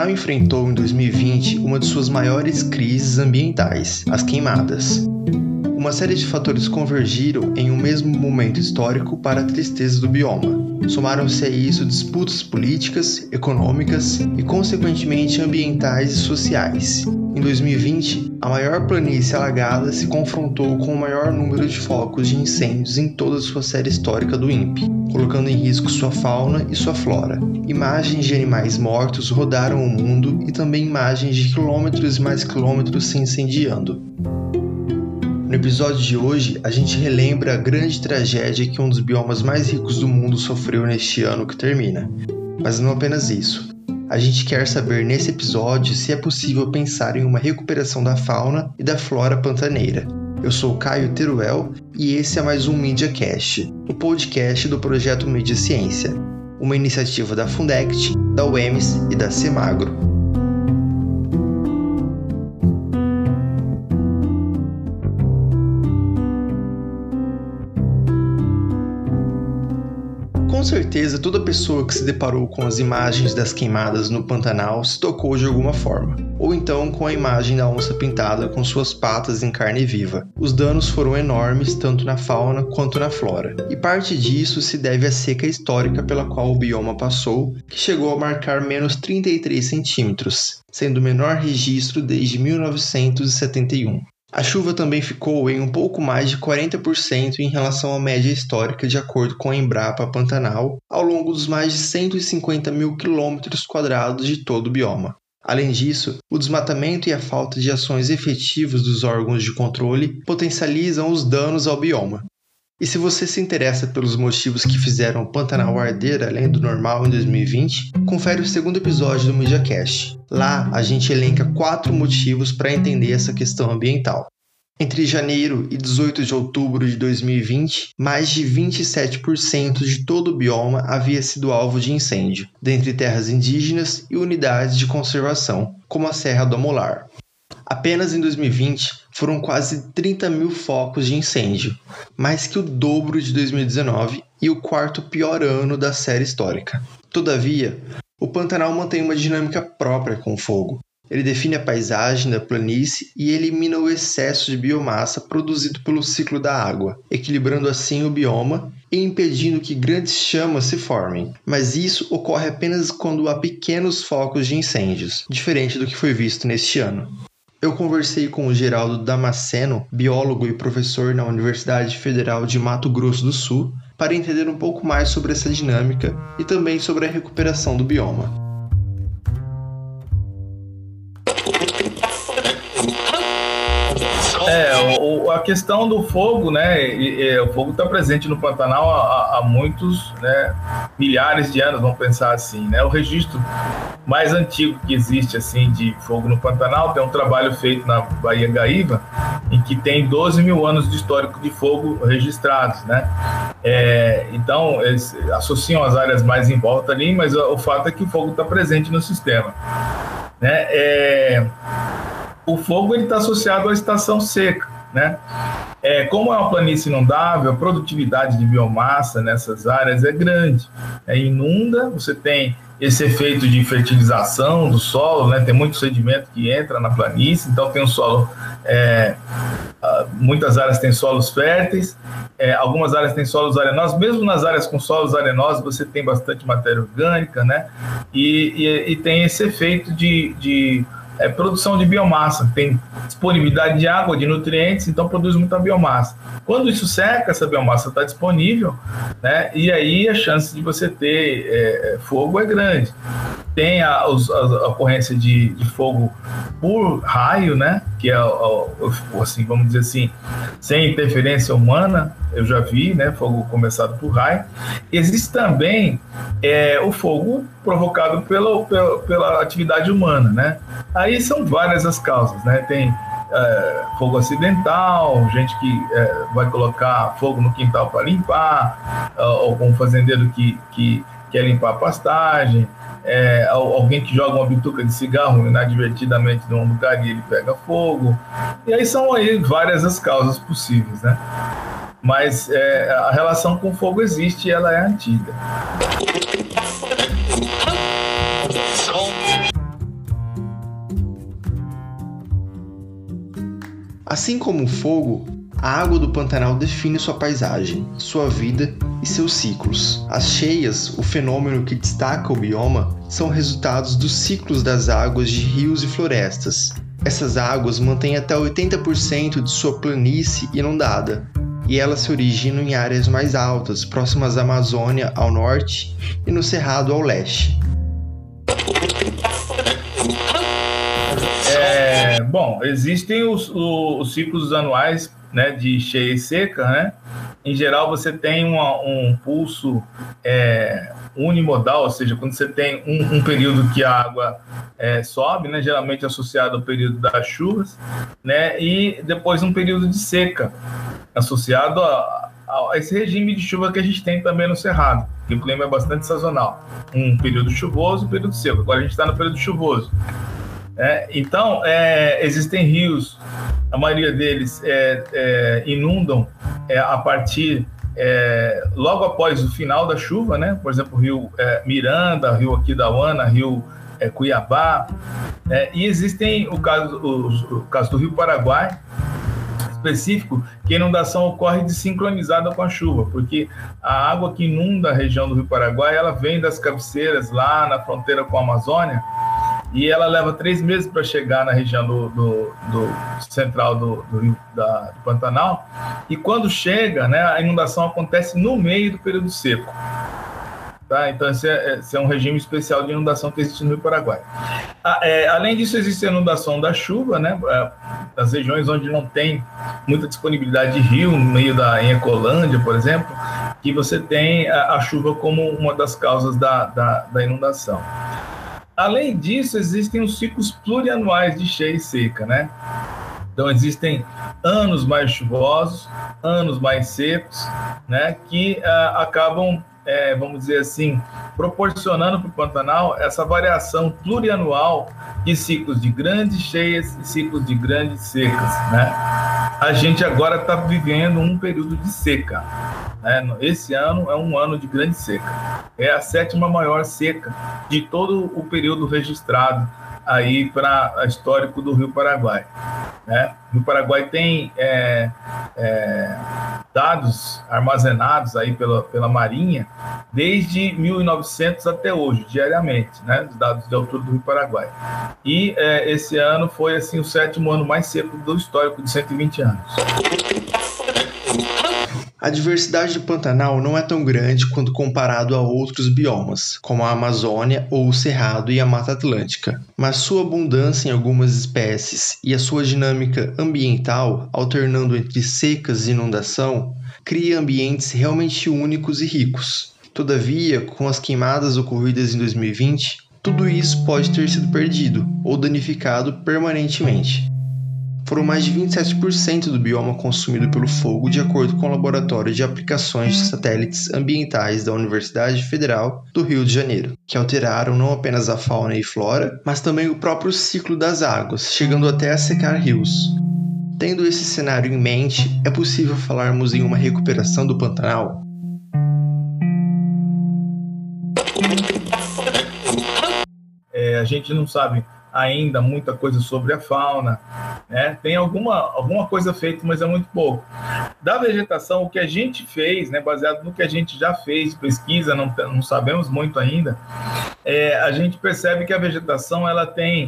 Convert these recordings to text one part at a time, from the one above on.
Pantanal enfrentou em 2020 uma de suas maiores crises ambientais, as queimadas. Uma série de fatores convergiram em um mesmo momento histórico para a tristeza do bioma. Somaram-se a isso disputas políticas, econômicas e, consequentemente, ambientais e sociais. Em 2020, a maior planície alagada se confrontou com o maior número de focos de incêndios em toda a sua série histórica do INPE, colocando em risco sua fauna e sua flora. Imagens de animais mortos rodaram o mundo e também imagens de quilômetros e mais quilômetros se incendiando. No episódio de hoje, a gente relembra a grande tragédia que um dos biomas mais ricos do mundo sofreu neste ano que termina. Mas não apenas isso. A gente quer saber nesse episódio se é possível pensar em uma recuperação da fauna e da flora pantaneira. Eu sou Caio Teruel e esse é mais um MediaCast, o podcast do projeto Mídia Ciência, uma iniciativa da Fundect, da UEMS e da Semagro. Com certeza, toda pessoa que se deparou com as imagens das queimadas no Pantanal se tocou de alguma forma, ou então com a imagem da onça pintada com suas patas em carne viva. Os danos foram enormes tanto na fauna quanto na flora, e parte disso se deve à seca histórica pela qual o bioma passou, que chegou a marcar menos 33 centímetros, sendo o menor registro desde 1971. A chuva também ficou em um pouco mais de 40% em relação à média histórica de acordo com a Embrapa Pantanal, ao longo dos mais de 150 mil quilômetros quadrados de todo o bioma. Além disso, o desmatamento e a falta de ações efetivas dos órgãos de controle potencializam os danos ao bioma. E se você se interessa pelos motivos que fizeram o Pantanal arder além do normal em 2020, confere o segundo episódio do MediaCast. Lá, a gente elenca 4 motivos para entender essa questão ambiental. Entre janeiro e 18 de outubro de 2020, mais de 27% de todo o bioma havia sido alvo de incêndio, dentre terras indígenas e unidades de conservação, como a Serra do Amolar. Apenas em 2020 foram quase 30 mil focos de incêndio, mais que o dobro de 2019 e o quarto pior ano da série histórica. Todavia, o Pantanal mantém uma dinâmica própria com o fogo. Ele define a paisagem da planície e elimina o excesso de biomassa produzido pelo ciclo da água, equilibrando assim o bioma e impedindo que grandes chamas se formem. Mas isso ocorre apenas quando há pequenos focos de incêndios, diferente do que foi visto neste ano. Eu conversei com o Geraldo Damasceno, biólogo e professor na Universidade Federal de Mato Grosso do Sul, para entender um pouco mais sobre essa dinâmica e também sobre a recuperação do bioma. A questão do fogo, né? O fogo está presente no Pantanal há muitos, né, milhares de anos, vamos pensar assim, né? O registro mais antigo que existe assim de fogo no Pantanal tem um trabalho feito na Baía Gaíva, em que tem 12 mil anos de histórico de fogo registrados, né? Então eles associam as áreas mais em volta ali, mas o fato é que o fogo está presente no sistema, né? O fogo está associado à estação seca, né? Como é uma planície inundável, a produtividade de biomassa nessas áreas é grande. Inunda, você tem esse efeito de fertilização do solo, né? Tem muito sedimento que entra na planície, então tem um solo... muitas áreas têm solos férteis, algumas áreas têm solos arenosos. Mesmo nas áreas com solos arenosos, você tem bastante matéria orgânica, né? E tem esse efeito de produção de biomassa, tem disponibilidade de água, de nutrientes, então produz muita biomassa. Quando isso seca, essa biomassa está disponível, né? E aí a chance de você ter fogo é grande. Tem a ocorrência de fogo por raio, né? Que é, assim, vamos dizer assim, sem interferência humana, eu já vi, né? Fogo começado por raio. Existe também o fogo provocado pela atividade humana, né? Aí são várias as causas, né? Tem fogo acidental, gente que vai colocar fogo no quintal para limpar, algum fazendeiro que quer limpar a pastagem, alguém que joga uma bituca de cigarro inadvertidamente num lugar e ele pega fogo. E aí são várias as causas possíveis, né? Mas a relação com o fogo existe e ela é antiga. Assim como o fogo, a água do Pantanal define sua paisagem, sua vida e seus ciclos. As cheias, o fenômeno que destaca o bioma, são resultados dos ciclos das águas de rios e florestas. Essas águas mantêm até 80% de sua planície inundada, e elas se originam em áreas mais altas, próximas à Amazônia ao norte e no Cerrado ao leste. Bom, existem os ciclos anuais, né, de cheia e seca, né? Em geral, você tem um pulso unimodal, ou seja, quando você tem um período que a água sobe, né, geralmente associado ao período das chuvas, né, e depois um período de seca, associado a esse regime de chuva que a gente tem também no Cerrado, que o clima é bastante sazonal. Um período chuvoso e um período seco. Agora a gente está no período chuvoso. Então, existem rios, a maioria deles inundam a partir, logo após o final da chuva, né? Por exemplo, o rio Miranda, rio Aquidauana, rio Cuiabá, e existem o caso do rio Paraguai, específico, que a inundação ocorre desincronizada com a chuva, porque a água que inunda a região do rio Paraguai, ela vem das cabeceiras lá na fronteira com a Amazônia, e ela leva 3 meses para chegar na região do central do Pantanal, e quando chega, né, a inundação acontece no meio do período seco. Tá? Então, esse é um regime especial de inundação que existe no Rio Paraguai. Além disso, existe a inundação da chuva, né? Nas regiões onde não tem muita disponibilidade de rio, no meio em Ecolândia, por exemplo, que você tem a chuva como uma das causas da inundação. Além disso, existem os ciclos plurianuais de cheia e seca, né? Então, existem anos mais chuvosos, anos mais secos, né? Que acabam, vamos dizer assim, proporcionando para o Pantanal essa variação plurianual de ciclos de grandes cheias e ciclos de grandes secas, né? A gente agora está vivendo um período de seca, né? Esse ano é um ano de grande seca. É a 7ª maior seca de todo o período registrado aí para histórico do Rio Paraguai, né? O Rio Paraguai tem dados armazenados aí pela Marinha desde 1900 até hoje, diariamente, né? Os dados de altura do Rio Paraguai. E esse ano foi assim o 7º ano mais seco do histórico de 120 anos. A diversidade do Pantanal não é tão grande quando comparado a outros biomas, como a Amazônia ou o Cerrado e a Mata Atlântica, mas sua abundância em algumas espécies e a sua dinâmica ambiental, alternando entre secas e inundação, cria ambientes realmente únicos e ricos. Todavia, com as queimadas ocorridas em 2020, tudo isso pode ter sido perdido ou danificado permanentemente. Foram mais de 27% do bioma consumido pelo fogo, de acordo com o Laboratório de Aplicações de Satélites Ambientais da Universidade Federal do Rio de Janeiro, que alteraram não apenas a fauna e flora, mas também o próprio ciclo das águas, chegando até a secar rios. Tendo esse cenário em mente, é possível falarmos em uma recuperação do Pantanal? A gente não sabe ainda muita coisa sobre a fauna, né? Tem alguma coisa feita, mas é muito pouco. Da vegetação, o que a gente fez, né, baseado no que a gente já fez de pesquisa, não sabemos muito ainda, a gente percebe que a vegetação ela tem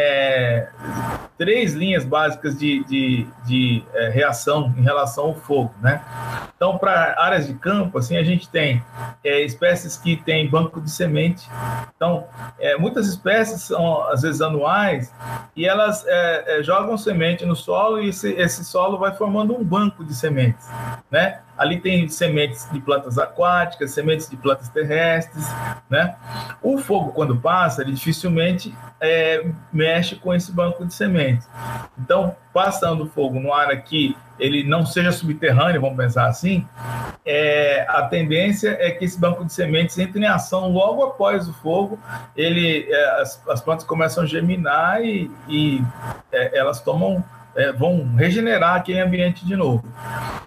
3 linhas básicas de reação em relação ao fogo, né? Então, para áreas de campo, assim, a gente tem espécies que têm banco de semente. Então, muitas espécies são, às vezes, anuais, e elas jogam semente no solo, e esse solo vai formando um banco de sementes, né? Ali tem sementes de plantas aquáticas, sementes de plantas terrestres, né? O fogo, quando passa, ele dificilmente mexe com esse banco de sementes. Então, passando o fogo numa área que ele não seja subterrâneo, vamos pensar assim, a tendência é que esse banco de sementes entre em ação logo após o fogo, as plantas começam a germinar e elas vão regenerar aquele ambiente de novo.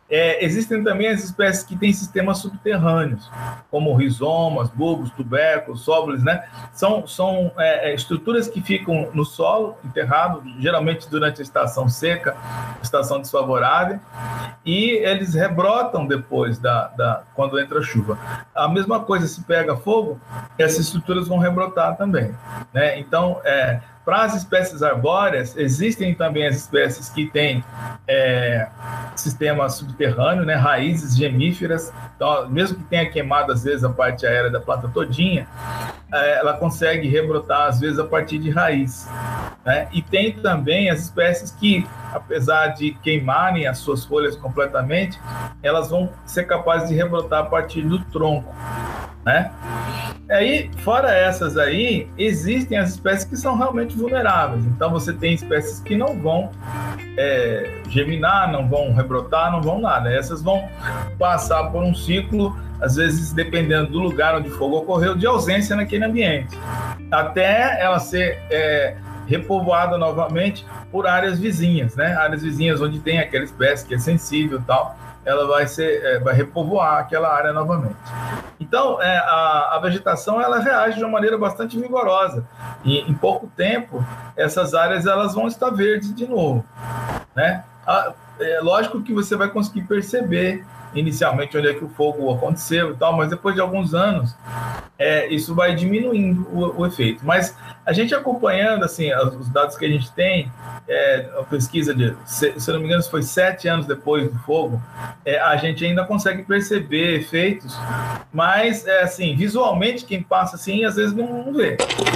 Existem também as espécies que têm sistemas subterrâneos, como rizomas, bulbos, tubérculos, sóbulos, né? São estruturas que ficam no solo, enterrado, geralmente durante a estação seca, estação desfavorável, e eles rebrotam depois quando entra a chuva. A mesma coisa, se pega fogo, essas estruturas vão rebrotar também, né? Então, para as espécies arbóreas, existem também as espécies que têm sistema subterrâneo, né, raízes gemíferas. Então, mesmo que tenha queimado, às vezes, a parte aérea da planta todinha, ela consegue rebrotar, às vezes, a partir de raiz, né? E tem também as espécies que, apesar de queimarem as suas folhas completamente, elas vão ser capazes de rebrotar a partir do tronco, né? Aí, fora essas aí, existem as espécies que são realmente vulneráveis. Então, você tem espécies que não vão germinar, não vão rebrotar, não vão nada. Essas vão passar por um ciclo, às vezes, dependendo do lugar onde o fogo ocorreu, de ausência naquele ambiente, até ela ser repovoada novamente por áreas vizinhas, né? Áreas vizinhas onde tem aquela espécie que é sensível e tal, ela vai repovoar aquela área novamente. Então, a vegetação ela reage de uma maneira bastante vigorosa. E em pouco tempo, essas áreas elas vão estar verdes de novo, né? É lógico que você vai conseguir perceber inicialmente onde é que o fogo aconteceu e tal, mas depois de alguns anos, isso vai diminuindo o efeito. Mas a gente acompanhando assim, os dados que a gente tem, a pesquisa se eu não me engano, foi 7 anos depois do fogo, a gente ainda consegue perceber efeitos, mas assim, visualmente quem passa assim, às vezes não vê.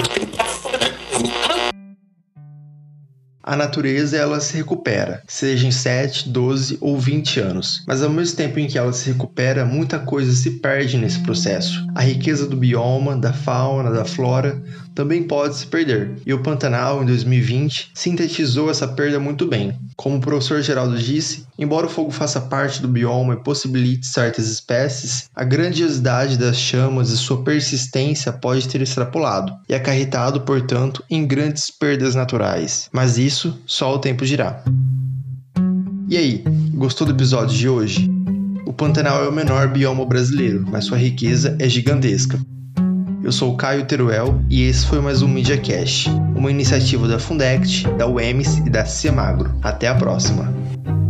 A natureza ela se recupera, seja em 7, 12 ou 20 anos. Mas ao mesmo tempo em que ela se recupera, muita coisa se perde nesse processo. A riqueza do bioma, da fauna, da flora também pode se perder. E o Pantanal, em 2020, sintetizou essa perda muito bem. Como o professor Geraldo disse, embora o fogo faça parte do bioma e possibilite certas espécies, a grandiosidade das chamas e sua persistência pode ter extrapolado e acarretado, portanto, em grandes perdas naturais. Mas isso só o tempo dirá. E aí, gostou do episódio de hoje? O Pantanal é o menor bioma brasileiro, mas sua riqueza é gigantesca. Eu sou o Caio Teruel e esse foi mais um MediaCast, uma iniciativa da Fundect, da UEMS e da Ciemagro. Até a próxima!